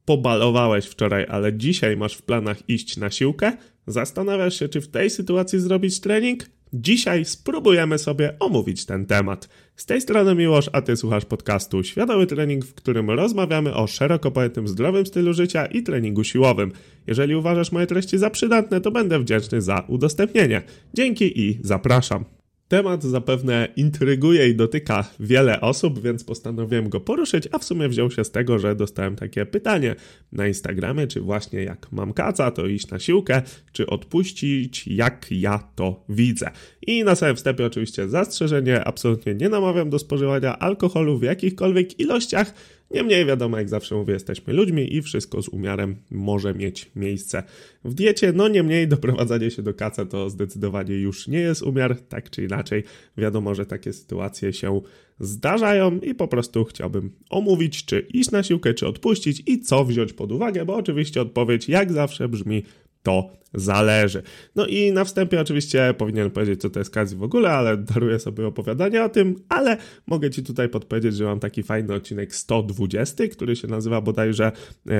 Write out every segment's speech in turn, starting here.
pobalowałeś wczoraj, ale dzisiaj masz w planach iść na siłkę? Zastanawiasz się, czy w tej sytuacji zrobić trening? Dzisiaj spróbujemy sobie omówić ten temat. Z tej strony Miłosz, a ty słuchasz podcastu Świadomy Trening, w którym rozmawiamy o szeroko pojętym zdrowym stylu życia i treningu siłowym. Jeżeli uważasz moje treści za przydatne, to będę wdzięczny za udostępnienie. Dzięki i zapraszam. Temat zapewne intryguje i dotyka wiele osób, więc postanowiłem go poruszyć, a w sumie wziął się z tego, że dostałem takie pytanie na Instagramie, czy właśnie jak mam kaca, to iść na siłkę, czy odpuścić, jak ja to widzę. I na samym wstępie oczywiście zastrzeżenie, absolutnie nie namawiam do spożywania alkoholu w jakichkolwiek ilościach. Niemniej wiadomo, jak zawsze mówię, jesteśmy ludźmi i wszystko z umiarem może mieć miejsce w diecie. No niemniej doprowadzanie się do kaca to zdecydowanie już nie jest umiar, tak czy inaczej. Wiadomo, że takie sytuacje się zdarzają i po prostu chciałbym omówić, czy iść na siłkę, czy odpuścić i co wziąć pod uwagę, bo oczywiście odpowiedź jak zawsze brzmi: to zależy. No i na wstępie oczywiście powinienem powiedzieć, co to jest kac w ogóle, ale daruję sobie opowiadanie o tym, ale mogę Ci tutaj podpowiedzieć, że mam taki fajny odcinek 120, który się nazywa bodajże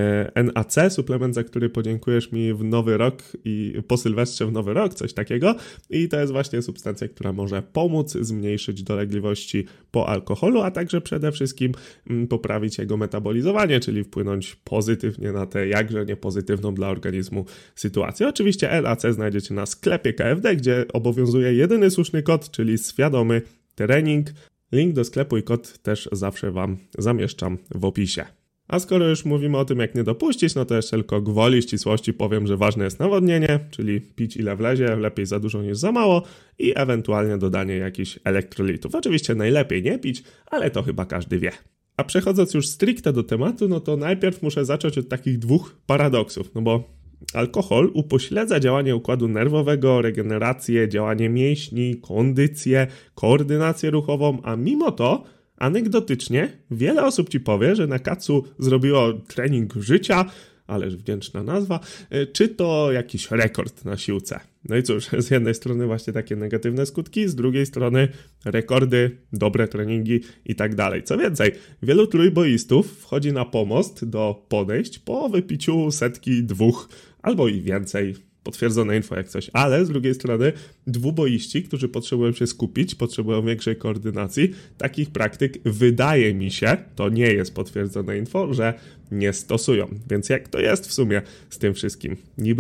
NAC, suplement, za który podziękujesz mi w nowy rok i po Sylwestrze w nowy rok, coś takiego. I to jest właśnie substancja, która może pomóc zmniejszyć dolegliwości po alkoholu, a także przede wszystkim poprawić jego metabolizowanie, czyli wpłynąć pozytywnie na tę jakże niepozytywną dla organizmu sytuację. Oczywiście NAC znajdziecie na sklepie KFD, gdzie obowiązuje jedyny słuszny kod, czyli Świadomy Trening. Link do sklepu i kod też zawsze Wam zamieszczam w opisie. A skoro już mówimy o tym, jak nie dopuścić, no to jeszcze tylko gwoli ścisłości powiem, że ważne jest nawodnienie, czyli pić ile wlezie, lepiej za dużo niż za mało i ewentualnie dodanie jakichś elektrolitów. Oczywiście najlepiej nie pić, ale to chyba każdy wie. A przechodząc już stricte do tematu, no to najpierw muszę zacząć od takich dwóch paradoksów, no bo alkohol upośledza działanie układu nerwowego, regenerację, działanie mięśni, kondycję, koordynację ruchową, a mimo to anegdotycznie wiele osób Ci powie, że na kacu zrobiło trening życia, ależ wdzięczna nazwa, czy to jakiś rekord na siłce. No i cóż, z jednej strony właśnie takie negatywne skutki, z drugiej strony rekordy, dobre treningi i tak dalej. Co więcej, wielu trójboistów wchodzi na pomost do podejść po wypiciu setki, dwóch albo i więcej. Potwierdzone info jak coś, ale z drugiej strony dwuboiści, którzy potrzebują się skupić, potrzebują większej koordynacji, takich praktyk wydaje mi się, to nie jest potwierdzone info, że nie stosują. Więc jak to jest w sumie z tym wszystkim?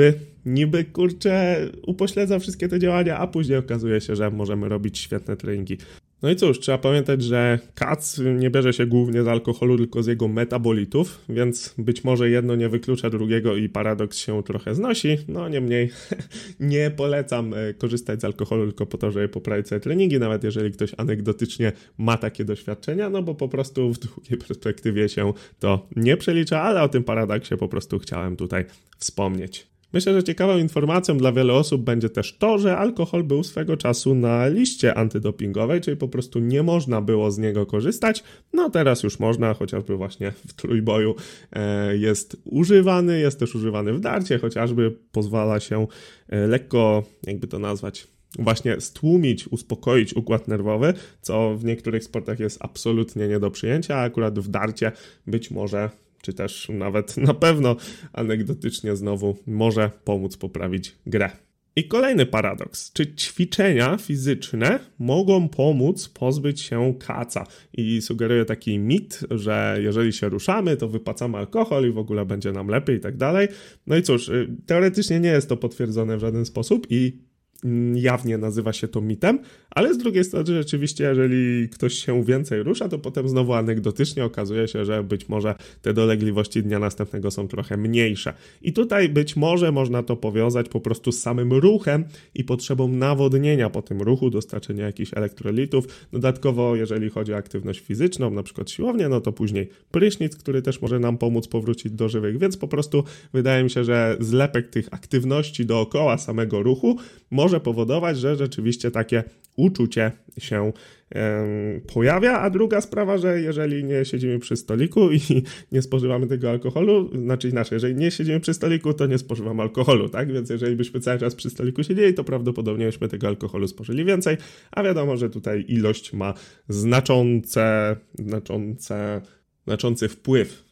Niby kurczę upośledza wszystkie te działania, a później okazuje się, że możemy robić świetne treningi. No i cóż, trzeba pamiętać, że kac nie bierze się głównie z alkoholu, tylko z jego metabolitów, więc być może jedno nie wyklucza drugiego i paradoks się trochę znosi. No niemniej nie polecam korzystać z alkoholu tylko po to, żeby poprawić sobie treningi, nawet jeżeli ktoś anegdotycznie ma takie doświadczenia, no bo po prostu w długiej perspektywie się to nie przelicza, ale o tym paradoksie po prostu chciałem tutaj wspomnieć. Myślę, że ciekawą informacją dla wielu osób będzie też to, że alkohol był swego czasu na liście antydopingowej, czyli po prostu nie można było z niego korzystać. No teraz już można, chociażby właśnie w trójboju jest używany, jest też używany w darcie, chociażby pozwala się lekko, jakby to nazwać, właśnie stłumić, uspokoić układ nerwowy, co w niektórych sportach jest absolutnie nie do przyjęcia, a akurat w darcie być może, czy też nawet na pewno anegdotycznie znowu może pomóc poprawić grę. I kolejny paradoks. Czy ćwiczenia fizyczne mogą pomóc pozbyć się kaca? I sugeruję taki mit, że jeżeli się ruszamy, to wypacamy alkohol i w ogóle będzie nam lepiej i tak dalej. No i cóż, teoretycznie nie jest to potwierdzone w żaden sposób i jawnie nazywa się to mitem, ale z drugiej strony rzeczywiście, jeżeli ktoś się więcej rusza, to potem znowu anegdotycznie okazuje się, że być może te dolegliwości dnia następnego są trochę mniejsze. I tutaj być może można to powiązać po prostu z samym ruchem i potrzebą nawodnienia po tym ruchu, dostarczenia jakichś elektrolitów. Dodatkowo, jeżeli chodzi o aktywność fizyczną, na przykład siłownię, no to później prysznic, który też może nam pomóc powrócić do żywych, więc po prostu wydaje mi się, że zlepek tych aktywności dookoła samego ruchu może powodować, że rzeczywiście takie uczucie się pojawia, a druga sprawa, że jeżeli nie siedzimy przy stoliku i nie spożywamy tego alkoholu, znaczy inaczej, jeżeli nie siedzimy przy stoliku, to nie spożywamy alkoholu, tak? Więc jeżeli byśmy cały czas przy stoliku siedzieli, to prawdopodobnie byśmy tego alkoholu spożyli więcej, a wiadomo, że tutaj ilość ma znaczący wpływ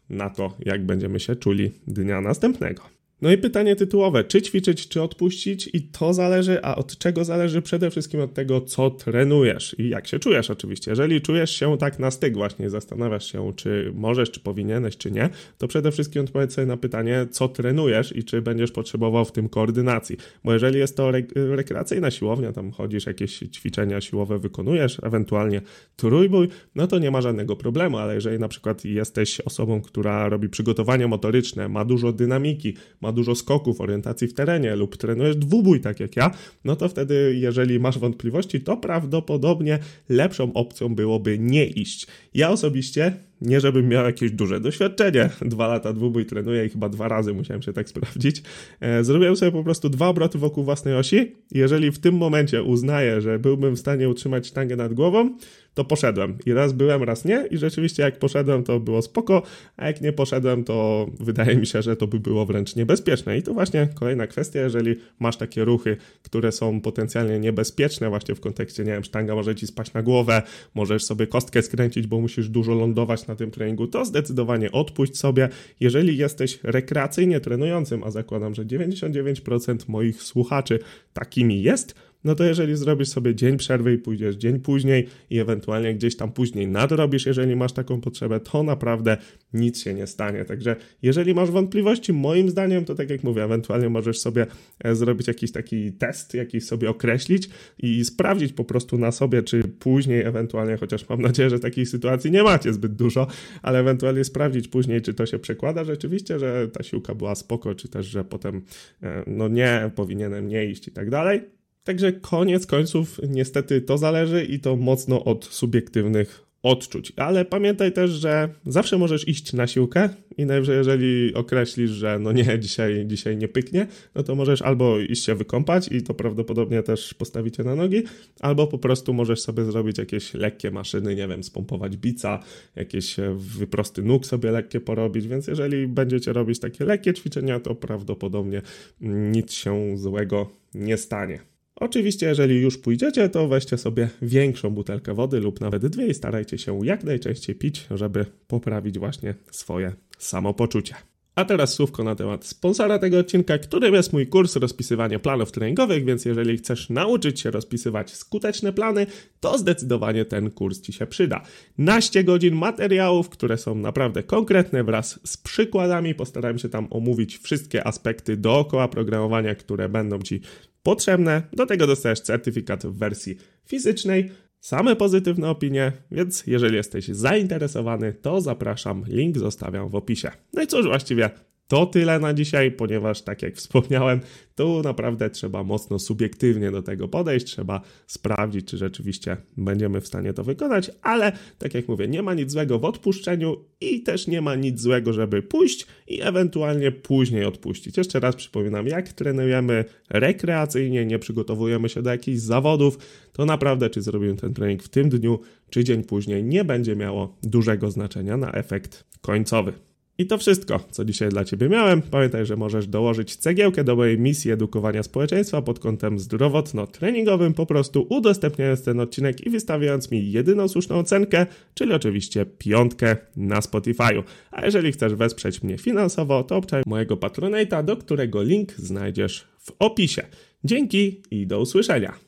na to, jak będziemy się czuli dnia następnego. No i pytanie tytułowe, czy ćwiczyć, czy odpuścić? I to zależy, a od czego zależy? Przede wszystkim od tego, co trenujesz i jak się czujesz oczywiście. Jeżeli czujesz się tak na styk właśnie, zastanawiasz się, czy możesz, czy powinieneś, czy nie, to przede wszystkim odpowiedz sobie na pytanie, co trenujesz i czy będziesz potrzebował w tym koordynacji. Bo jeżeli jest to rekreacyjna siłownia, tam chodzisz, jakieś ćwiczenia siłowe wykonujesz, ewentualnie trójbój, no to nie ma żadnego problemu, ale jeżeli na przykład jesteś osobą, która robi przygotowania motoryczne, ma dużo dynamiki, ma dużo skoków, orientacji w terenie lub trenujesz dwubój tak jak ja, no to wtedy, jeżeli masz wątpliwości, to prawdopodobnie lepszą opcją byłoby nie iść. Ja osobiście, nie żebym miał jakieś duże doświadczenie, 2 lata dwubój trenuję i chyba 2 razy musiałem się tak sprawdzić, zrobiłem sobie po prostu 2 obroty wokół własnej osi. Jeżeli w tym momencie uznaję, że byłbym w stanie utrzymać sztangę nad głową, to poszedłem. I raz byłem, raz nie i rzeczywiście jak poszedłem, to było spoko, a jak nie poszedłem, to wydaje mi się, że to by było wręcz niebezpieczne. I to właśnie kolejna kwestia, jeżeli masz takie ruchy, które są potencjalnie niebezpieczne właśnie w kontekście, nie wiem, sztanga może ci spaść na głowę, możesz sobie kostkę skręcić, bo musisz dużo lądować na tym treningu, to zdecydowanie odpuść sobie. Jeżeli jesteś rekreacyjnie trenującym, a zakładam, że 99% moich słuchaczy takimi jest, no to jeżeli zrobisz sobie dzień przerwy i pójdziesz dzień później i ewentualnie gdzieś tam później nadrobisz, jeżeli masz taką potrzebę, to naprawdę nic się nie stanie. Także jeżeli masz wątpliwości, moim zdaniem, to tak jak mówię, ewentualnie możesz sobie zrobić jakiś taki test, jakiś sobie określić i sprawdzić po prostu na sobie, czy później ewentualnie, chociaż mam nadzieję, że takiej sytuacji nie macie zbyt dużo, ale ewentualnie sprawdzić później, czy to się przekłada rzeczywiście, że ta siłka była spoko, czy też, że potem no nie, powinienem nie iść i tak dalej. Także koniec końców niestety to zależy i to mocno od subiektywnych odczuć. Ale pamiętaj też, że zawsze możesz iść na siłkę i najwyżej jeżeli określisz, że no nie, dzisiaj nie pyknie, no to możesz albo iść się wykąpać i to prawdopodobnie też postawicie na nogi, albo po prostu możesz sobie zrobić jakieś lekkie maszyny, nie wiem, spompować bica, jakieś wyprosty nóg sobie lekkie porobić, więc jeżeli będziecie robić takie lekkie ćwiczenia, to prawdopodobnie nic się złego nie stanie. Oczywiście, jeżeli już pójdziecie, to weźcie sobie większą butelkę wody lub nawet 2 i starajcie się jak najczęściej pić, żeby poprawić właśnie swoje samopoczucie. A teraz słówko na temat sponsora tego odcinka, którym jest mój kurs rozpisywania planów treningowych, więc jeżeli chcesz nauczyć się rozpisywać skuteczne plany, to zdecydowanie ten kurs Ci się przyda. 12 godzin materiałów, które są naprawdę konkretne wraz z przykładami. Postaram się tam omówić wszystkie aspekty dookoła programowania, które będą Ci potrzebne. Do tego dostajesz certyfikat w wersji fizycznej. Same pozytywne opinie, więc jeżeli jesteś zainteresowany, to zapraszam, link zostawiam w opisie. No i cóż, właściwie to tyle na dzisiaj, ponieważ tak jak wspomniałem, tu naprawdę trzeba mocno subiektywnie do tego podejść, trzeba sprawdzić, czy rzeczywiście będziemy w stanie to wykonać, ale tak jak mówię, nie ma nic złego w odpuszczeniu i też nie ma nic złego, żeby pójść i ewentualnie później odpuścić. Jeszcze raz przypominam, jak trenujemy rekreacyjnie, nie przygotowujemy się do jakichś zawodów, to naprawdę czy zrobimy ten trening w tym dniu, czy dzień później, nie będzie miało dużego znaczenia na efekt końcowy. I to wszystko, co dzisiaj dla Ciebie miałem. Pamiętaj, że możesz dołożyć cegiełkę do mojej misji edukowania społeczeństwa pod kątem zdrowotno-treningowym, po prostu udostępniając ten odcinek i wystawiając mi jedyną słuszną ocenkę, czyli oczywiście 5 na Spotify'u. A jeżeli chcesz wesprzeć mnie finansowo, to obczaj mojego Patronite'a, do którego link znajdziesz w opisie. Dzięki i do usłyszenia.